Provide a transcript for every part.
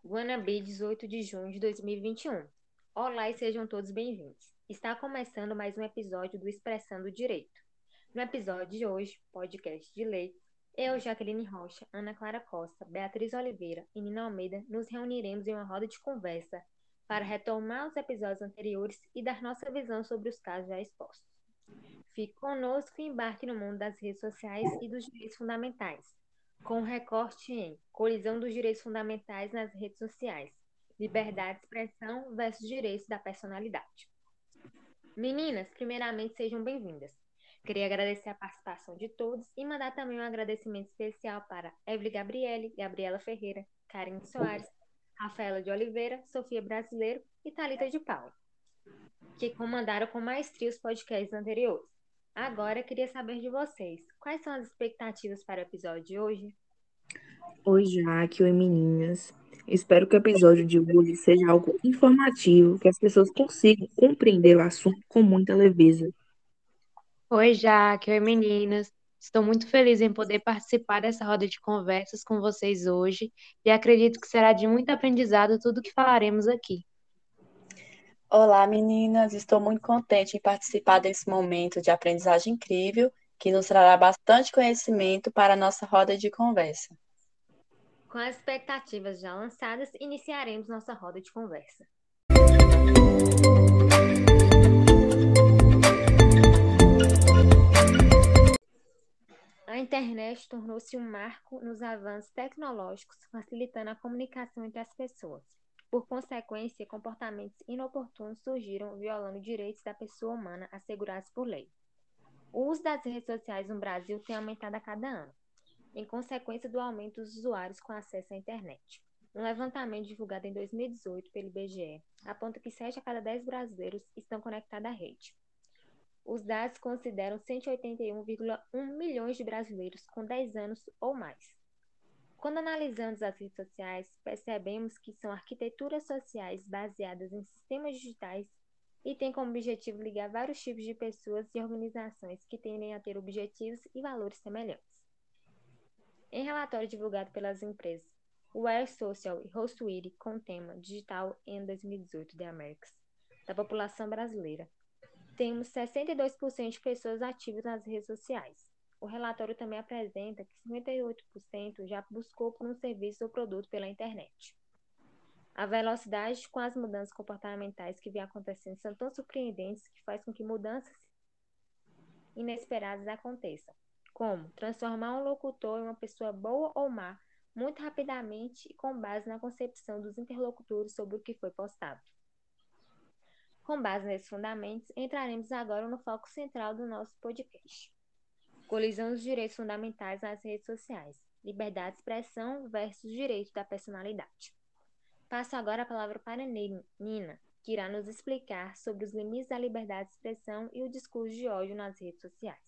Guanabí, 18 de junho de 2021. Olá e sejam todos bem-vindos. Está começando mais um episódio do Expressando o Direito. No episódio de hoje, podcast de lei, eu, Jaqueline Rocha, Ana Clara Costa, Beatriz Oliveira e Nina Almeida nos reuniremos em uma roda de conversa para retomar os episódios anteriores e dar nossa visão sobre os casos já expostos. Fique conosco e embarque no mundo das redes sociais e dos direitos fundamentais, com um recorte em colisão dos direitos fundamentais nas redes sociais, liberdade de expressão versus direitos da personalidade. Meninas, primeiramente sejam bem-vindas. Queria agradecer a participação de todos e mandar também um agradecimento especial para Evelyn Gabriele, Gabriela Ferreira, Karine Soares, Rafaela de Oliveira, Sofia Brasileiro e Thalita de Paula, que comandaram com maestria os podcasts anteriores. Agora, queria saber de vocês, quais são as expectativas para o episódio de hoje? Oi, Jaque, oi, meninas. Espero que o episódio de hoje seja algo informativo, que as pessoas consigam compreender o assunto com muita leveza. Oi, Jaque, oi, meninas. Estou muito feliz em poder participar dessa roda de conversas com vocês hoje e acredito que será de muito aprendizado tudo que falaremos aqui. Olá, meninas. Estou muito contente em participar desse momento de aprendizagem incrível que nos trará bastante conhecimento para a nossa roda de conversa. Com as expectativas já lançadas, iniciaremos nossa roda de conversa. A internet tornou-se um marco nos avanços tecnológicos, facilitando a comunicação entre as pessoas. Por consequência, comportamentos inoportunos surgiram, violando direitos da pessoa humana assegurados por lei. O uso das redes sociais no Brasil tem aumentado a cada ano, em consequência do aumento dos usuários com acesso à internet. Um levantamento divulgado em 2018 pelo IBGE aponta que 7 a cada 10 brasileiros estão conectados à rede. Os dados consideram 181,1 milhões de brasileiros com 10 anos ou mais. Quando analisamos as redes sociais, percebemos que são arquiteturas sociais baseadas em sistemas digitais e têm como objetivo ligar vários tipos de pessoas e organizações que tendem a ter objetivos e valores semelhantes. Em relatório divulgado pelas empresas Wire Social e Hootsuite com o tema Digital em 2018 The Americas, da população brasileira, temos 62% de pessoas ativas nas redes sociais. O relatório também apresenta que 58% já buscou por um serviço ou produto pela internet. A velocidade com as mudanças comportamentais que vem acontecendo são tão surpreendentes que faz com que mudanças inesperadas aconteçam, como transformar um locutor em uma pessoa boa ou má muito rapidamente e com base na concepção dos interlocutores sobre o que foi postado. Com base nesses fundamentos, entraremos agora no foco central do nosso podcast. Colisão dos direitos fundamentais nas redes sociais. Liberdade de expressão versus direito da personalidade. Passo agora a palavra para Nina, que irá nos explicar sobre os limites da liberdade de expressão e o discurso de ódio nas redes sociais.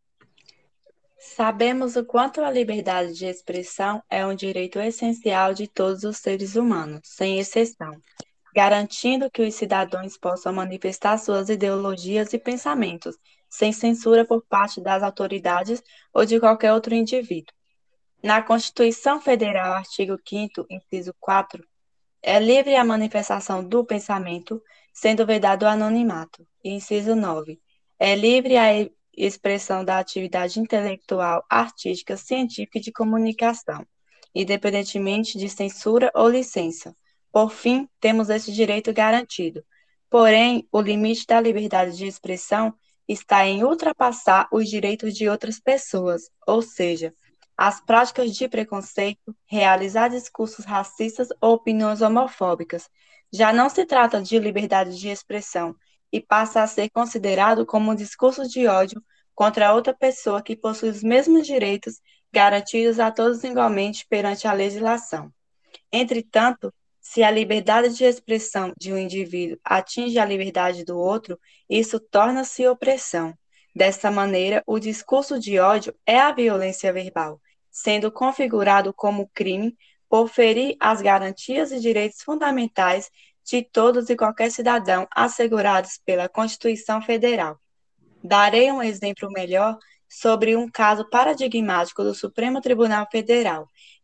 Sabemos o quanto a liberdade de expressão é um direito essencial de todos os seres humanos, sem exceção, garantindo que os cidadãos possam manifestar suas ideologias e pensamentos, sem censura por parte das autoridades ou de qualquer outro indivíduo. Na Constituição Federal, artigo 5º, inciso 4, é livre a manifestação do pensamento, sendo vedado o anonimato. E inciso 9, é livre a expressão da atividade intelectual, artística, científica e de comunicação, independentemente de censura ou licença. Por fim, temos esse direito garantido. Porém, o limite da liberdade de expressão está em ultrapassar os direitos de outras pessoas, ou seja, as práticas de preconceito, realizar discursos racistas ou opiniões homofóbicas. Já não se trata de liberdade de expressão e passa a ser considerado como um discurso de ódio contra outra pessoa que possui os mesmos direitos garantidos a todos igualmente perante a legislação. Entretanto, se a liberdade de expressão de um indivíduo atinge a liberdade do outro, isso torna-se opressão. Dessa maneira, o discurso de ódio é a violência verbal, sendo configurado como crime por ferir as garantias e direitos fundamentais de todos e qualquer cidadão assegurados pela Constituição Federal. Darei um exemplo melhor sobre um caso paradigmático do Supremo Tribunal Federal,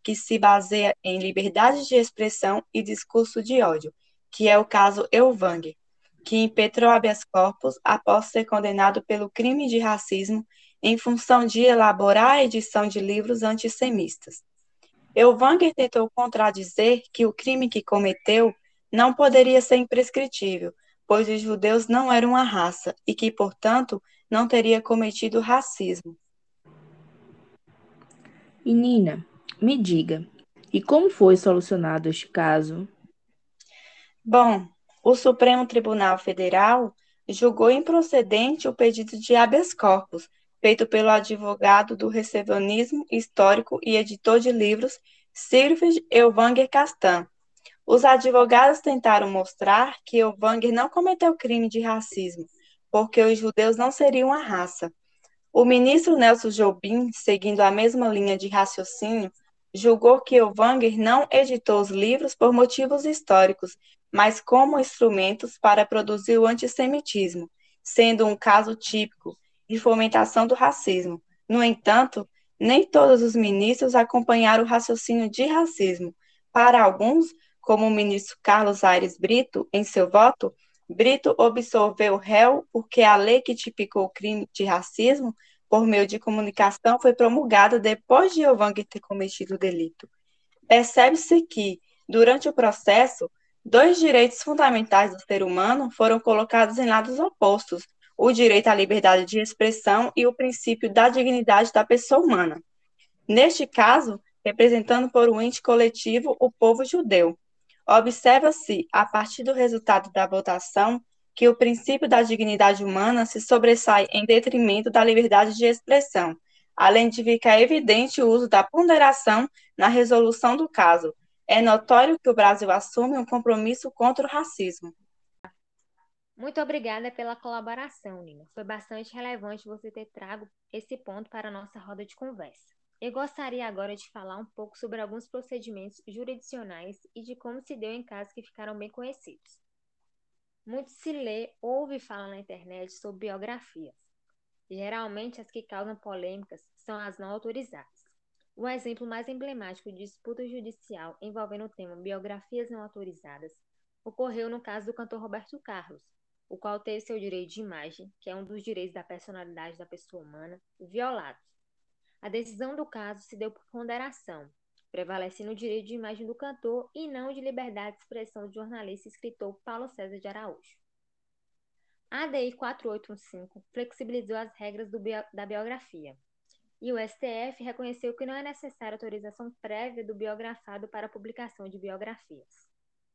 que se baseia em liberdade de expressão e discurso de ódio, que é o caso Elvanger, que impetrou habeas corpus após ser condenado pelo crime de racismo em função de elaborar a edição de livros antissemistas. Elvanger tentou contradizer que o crime que cometeu não poderia ser imprescritível, pois os judeus não eram uma raça e que, portanto, não teria cometido racismo. Menina, me diga, e como foi solucionado este caso? Bom, o Supremo Tribunal Federal julgou improcedente o pedido de habeas corpus feito pelo advogado do revisionismo histórico e editor de livros Sylvie Elvanger Castan. Os advogados tentaram mostrar que Elvanger não cometeu crime de racismo, porque os judeus não seriam a raça. O ministro Nelson Jobim, seguindo a mesma linha de raciocínio, julgou que Elvanger não editou os livros por motivos históricos, mas como instrumentos para produzir o antissemitismo, sendo um caso típico de fomentação do racismo. No entanto, nem todos os ministros acompanharam o raciocínio de racismo. Para alguns, como o ministro Carlos Aires Brito, em seu voto, Brito absolveu o réu porque a lei que tipicou o crime de racismo por meio de comunicação foi promulgada depois de Elvanger ter cometido o delito. Percebe-se que, durante o processo, dois direitos fundamentais do ser humano foram colocados em lados opostos: o direito à liberdade de expressão e o princípio da dignidade da pessoa humana. Neste caso, representando por um ente coletivo o povo judeu. Observa-se, a partir do resultado da votação, que o princípio da dignidade humana se sobressai em detrimento da liberdade de expressão, além de ficar evidente o uso da ponderação na resolução do caso. É notório que o Brasil assume um compromisso contra o racismo. Muito obrigada pela colaboração, Nina. Foi bastante relevante você ter trago esse ponto para a nossa roda de conversa. Eu gostaria agora de falar um pouco sobre alguns procedimentos jurisdicionais e de como se deu em casos que ficaram bem conhecidos. Muito se lê, ouve falar na internet sobre biografias. Geralmente, as que causam polêmicas são as não autorizadas. O exemplo mais emblemático de disputa judicial envolvendo o tema biografias não autorizadas ocorreu no caso do cantor Roberto Carlos, o qual teve seu direito de imagem, que é um dos direitos da personalidade da pessoa humana, violado. A decisão do caso se deu por ponderação, prevalecendo o direito de imagem do cantor e não de liberdade de expressão do jornalista e escritor Paulo César de Araújo. A ADI 4815 flexibilizou as regras da biografia, e o STF reconheceu que não é necessária autorização prévia do biografado para a publicação de biografias.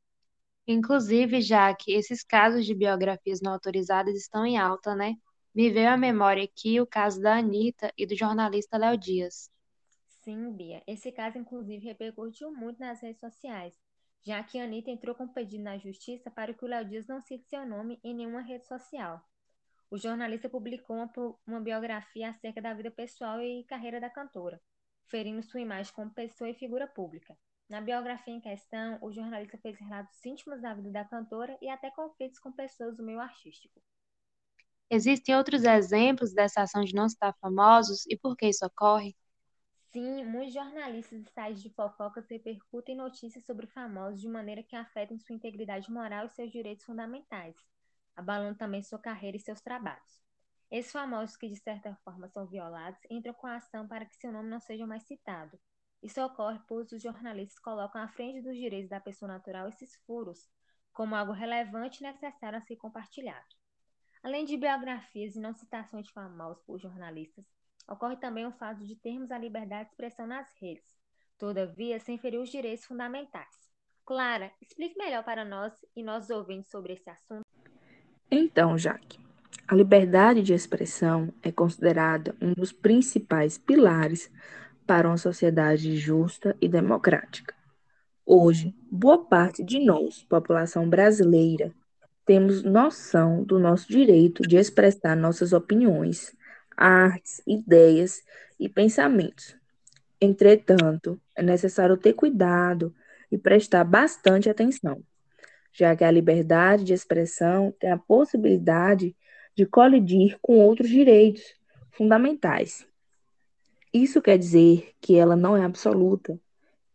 Inclusive, já que esses casos de biografias não autorizadas estão em alta, né? Me veio à memória aqui o caso da Anitta e do jornalista Léo Dias. Sim, Bia. Esse caso, inclusive, repercutiu muito nas redes sociais, já que a Anitta entrou com pedido na justiça para que o Léo Dias não cite seu nome em nenhuma rede social. O jornalista publicou uma biografia acerca da vida pessoal e carreira da cantora, ferindo sua imagem como pessoa e figura pública. Na biografia em questão, o jornalista fez relatos íntimos da vida da cantora e até conflitos com pessoas do meio artístico. Existem outros exemplos dessa ação de não citar famosos e por que isso ocorre? Sim, muitos jornalistas e sites de fofocas repercutem notícias sobre famosos de maneira que afetem sua integridade moral e seus direitos fundamentais, abalando também sua carreira e seus trabalhos. Esses famosos que, de certa forma, são violados, entram com a ação para que seu nome não seja mais citado. Isso ocorre pois os jornalistas colocam à frente dos direitos da pessoa natural esses furos, como algo relevante e necessário a ser compartilhado. Além de biografias e não citações de famosos por jornalistas, ocorre também o fato de termos a liberdade de expressão nas redes, todavia sem ferir os direitos fundamentais. Clara, explique melhor para nós e nossos ouvintes sobre esse assunto. Então, Jaque, a liberdade de expressão é considerada um dos principais pilares para uma sociedade justa e democrática. Hoje, boa parte de nós, população brasileira, temos noção do nosso direito de expressar nossas opiniões, artes, ideias e pensamentos. Entretanto, é necessário ter cuidado e prestar bastante atenção, já que a liberdade de expressão tem a possibilidade de colidir com outros direitos fundamentais. Isso quer dizer que ela não é absoluta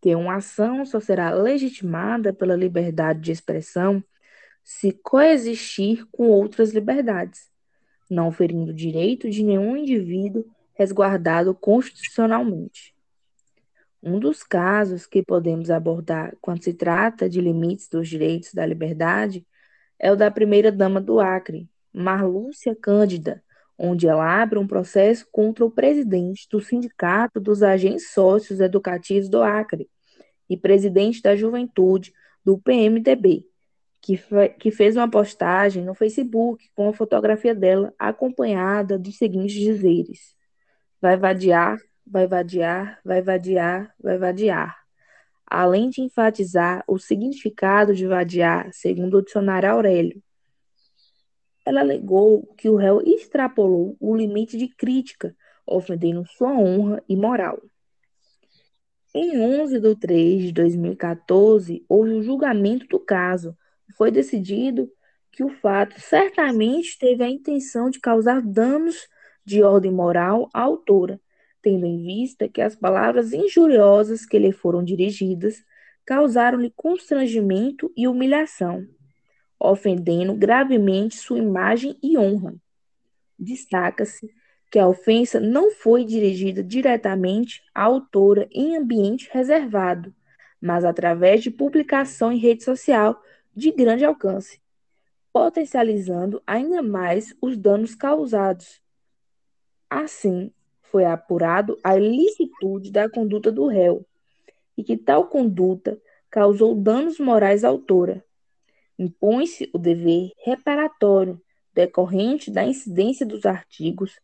que uma ação só será legitimada pela liberdade de expressão se coexistir com outras liberdades, não ferindo o direito de nenhum indivíduo resguardado constitucionalmente. Um dos casos que podemos abordar quando se trata de limites dos direitos da liberdade é o da primeira-dama do Acre, Marlúcia Cândida, onde ela abre um processo contra o presidente do Sindicato dos Agentes Sócios Educativos do Acre e presidente da Juventude do PMDB, que fez uma postagem no Facebook com a fotografia dela acompanhada dos seguintes dizeres: vai vadiar, vai vadiar, vai vadiar, vai vadiar. Além de enfatizar o significado de vadiar, segundo o dicionário Aurélio, ela alegou que o réu extrapolou o limite de crítica, ofendendo sua honra e moral. Em 11 de 3 de 2014, houve o julgamento do caso. Foi decidido que o fato certamente teve a intenção de causar danos de ordem moral à autora, tendo em vista que as palavras injuriosas que lhe foram dirigidas causaram-lhe constrangimento e humilhação, ofendendo gravemente sua imagem e honra. Destaca-se que a ofensa não foi dirigida diretamente à autora em ambiente reservado, mas através de publicação em rede social de grande alcance, potencializando ainda mais os danos causados. Assim, foi apurado a ilicitude da conduta do réu e que tal conduta causou danos morais à autora. Impõe-se o dever reparatório decorrente da incidência dos artigos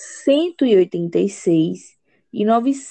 186 e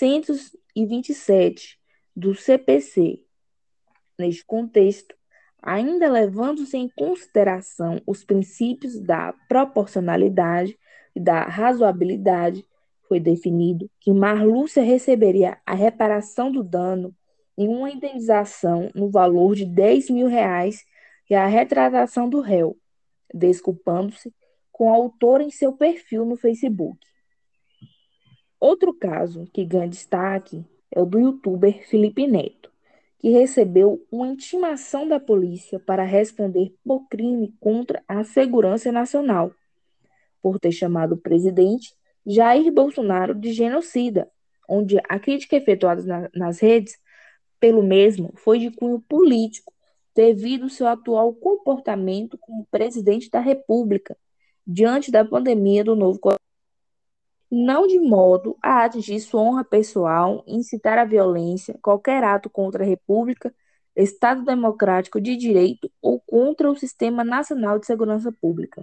927 do CPC. Neste contexto, ainda levando-se em consideração os princípios da proporcionalidade e da razoabilidade, foi definido que Marlúcia receberia a reparação do dano em uma indenização no valor de R$ 10.000 e a retratação do réu, desculpando-se com a autora em seu perfil no Facebook. Outro caso que ganha destaque é o do youtuber Felipe Neto, que recebeu uma intimação da polícia para responder por crime contra a segurança nacional, por ter chamado o presidente Jair Bolsonaro de genocida, onde a crítica efetuada nas redes pelo mesmo foi de cunho político, devido ao seu atual comportamento como presidente da República, diante da pandemia do novo coronavírus, não de modo a atingir sua honra pessoal, incitar a violência, qualquer ato contra a República, Estado Democrático de Direito ou contra o Sistema Nacional de Segurança Pública.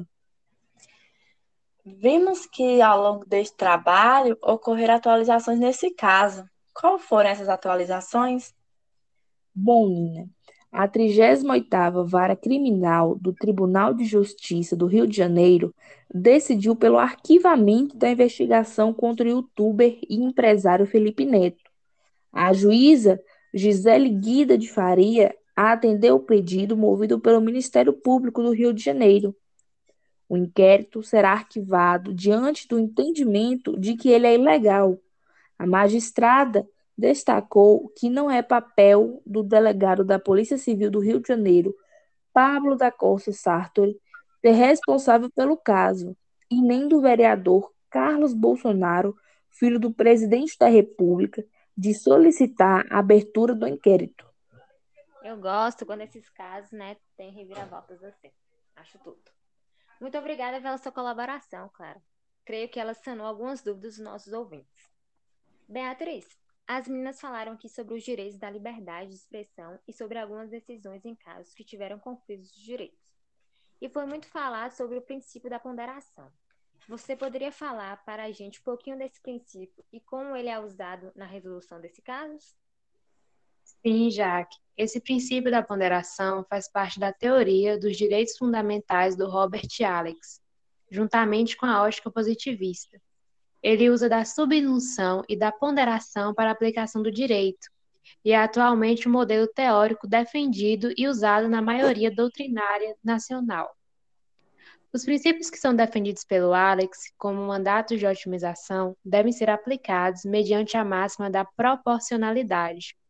Vimos que, ao longo deste trabalho, ocorreram atualizações nesse caso. Qual foram essas atualizações? Bom, Nina, a 38ª Vara Criminal do Tribunal de Justiça do Rio de Janeiro decidiu pelo arquivamento da investigação contra o youtuber e empresário Felipe Neto. A juíza Gisele Guida de Faria atendeu o pedido movido pelo Ministério Público do Rio de Janeiro. O inquérito será arquivado diante do entendimento de que ele é ilegal. A magistrada destacou que não é papel do delegado da Polícia Civil do Rio de Janeiro, Pablo da Costa Sartori, ser responsável pelo caso, e nem do vereador Carlos Bolsonaro, filho do presidente da República, de solicitar a abertura do inquérito. Eu gosto quando esses casos, tem reviravoltas assim. Acho tudo. Muito obrigada pela sua colaboração, Clara. Creio que ela sanou algumas dúvidas dos nossos ouvintes. Beatriz, as meninas falaram aqui sobre os direitos da liberdade de expressão e sobre algumas decisões em casos que tiveram conflitos de direitos. E foi muito falado sobre o princípio da ponderação. Você poderia falar para a gente um pouquinho desse princípio e como ele é usado na resolução desse caso? Sim, Jaque. Esse princípio da ponderação faz parte da teoria dos direitos fundamentais do Robert Alex, juntamente com a ótica positivista. Ele usa da subsunção e da ponderação para a aplicação do direito, e é atualmente um modelo teórico defendido e usado na maioria doutrinária nacional. Os princípios que são defendidos pelo Alex, como mandatos de otimização, devem ser aplicados mediante a máxima da proporcionalidade.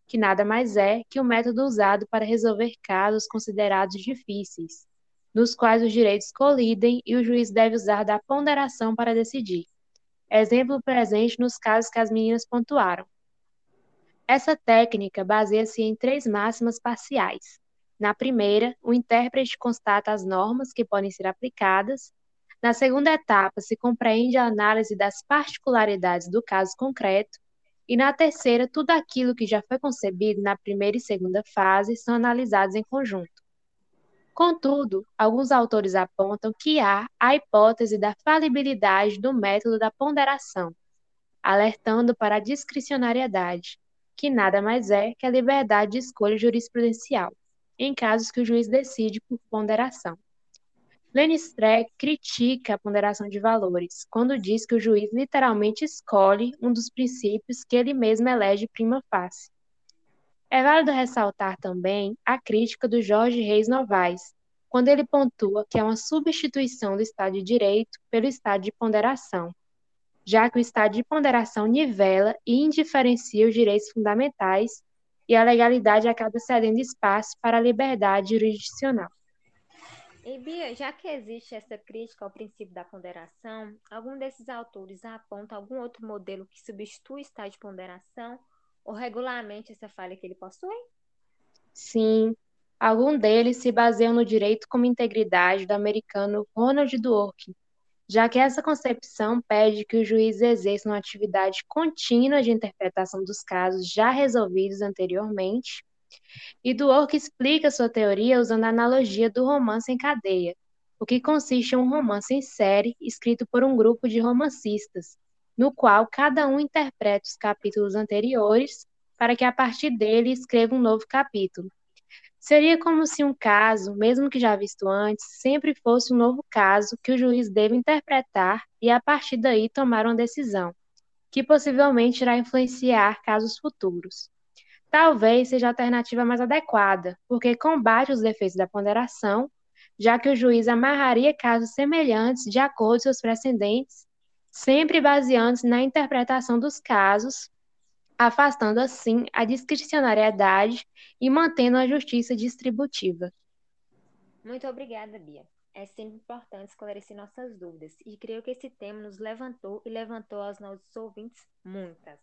que nada mais é que o método usado para resolver casos considerados difíceis, nos quais os direitos colidem e o juiz deve usar da ponderação para decidir. Exemplo presente nos casos que as meninas pontuaram. Essa técnica baseia-se em 3 máximas parciais. Na primeira, o intérprete constata as normas que podem ser aplicadas. Na segunda etapa, se compreende a análise das particularidades do caso concreto. E na terceira, tudo aquilo que já foi concebido na primeira e segunda fase são analisados em conjunto. Contudo, alguns autores apontam que há a hipótese da falibilidade do método da ponderação, alertando para a discricionariedade, que nada mais é que a liberdade de escolha jurisprudencial, em casos que o juiz decide por ponderação. Lenny Streck critica a ponderação de valores, quando diz que o juiz literalmente escolhe um dos princípios que ele mesmo elege prima facie. É válido ressaltar também a crítica do Jorge Reis Novaes, quando ele pontua que é uma substituição do Estado de Direito pelo Estado de Ponderação, já que o Estado de Ponderação nivela e indiferencia os direitos fundamentais e a legalidade acaba cedendo espaço para a liberdade jurisdicional. E Bia, já que existe essa crítica ao princípio da ponderação, algum desses autores aponta algum outro modelo que substitui o estado de ponderação ou regulamente essa falha que ele possui? Sim, algum deles se baseiam no direito como integridade do americano Ronald Dworkin, já que essa concepção pede que o juiz exerça uma atividade contínua de interpretação dos casos já resolvidos anteriormente, e Dworkin explica sua teoria usando a analogia do romance em cadeia, o que consiste em um romance em série escrito por um grupo de romancistas, no qual cada um interpreta os capítulos anteriores para que a partir dele escreva um novo capítulo. Seria como se um caso, mesmo que já visto antes, sempre fosse um novo caso que o juiz deve interpretar e, a partir daí, tomar uma decisão, que possivelmente irá influenciar casos futuros. Talvez seja a alternativa mais adequada, porque combate os defeitos da ponderação, já que o juiz amarraria casos semelhantes de acordo com seus precedentes, sempre baseando-se na interpretação dos casos, afastando assim a discricionariedade e mantendo a justiça distributiva. Muito obrigada, Bia. É sempre importante esclarecer nossas dúvidas e creio que esse tema nos levantou e levantou aos nossos ouvintes muitas.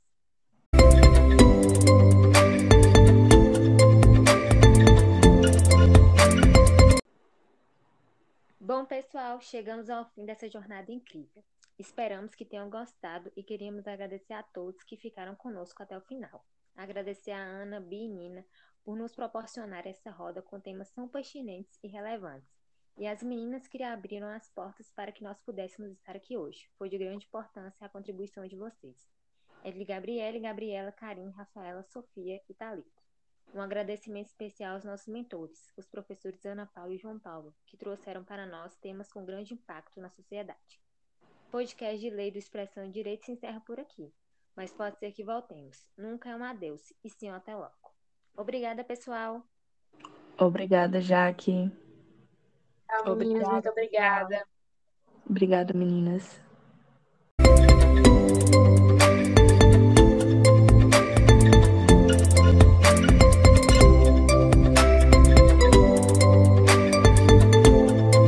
Bom, pessoal, chegamos ao fim dessa jornada incrível. Esperamos que tenham gostado e queríamos agradecer a todos que ficaram conosco até o final. Agradecer a Ana, Bia e Nina por nos proporcionar essa roda com temas tão pertinentes e relevantes. E as meninas que abriram as portas para que nós pudéssemos estar aqui hoje. Foi de grande importância a contribuição de vocês. É de Gabriele, Gabriela, Karine, Rafaela, Sofia e Thalita. Um agradecimento especial aos nossos mentores, os professores Ana Paula e João Paulo, que trouxeram para nós temas com grande impacto na sociedade. O podcast de Lei do Expressão e Direito se encerra por aqui, mas pode ser que voltemos. Nunca é um adeus, e sim um até logo. Obrigada, pessoal. Obrigada, Jaque. Tchau, meninas. Muito obrigada. Obrigada, meninas.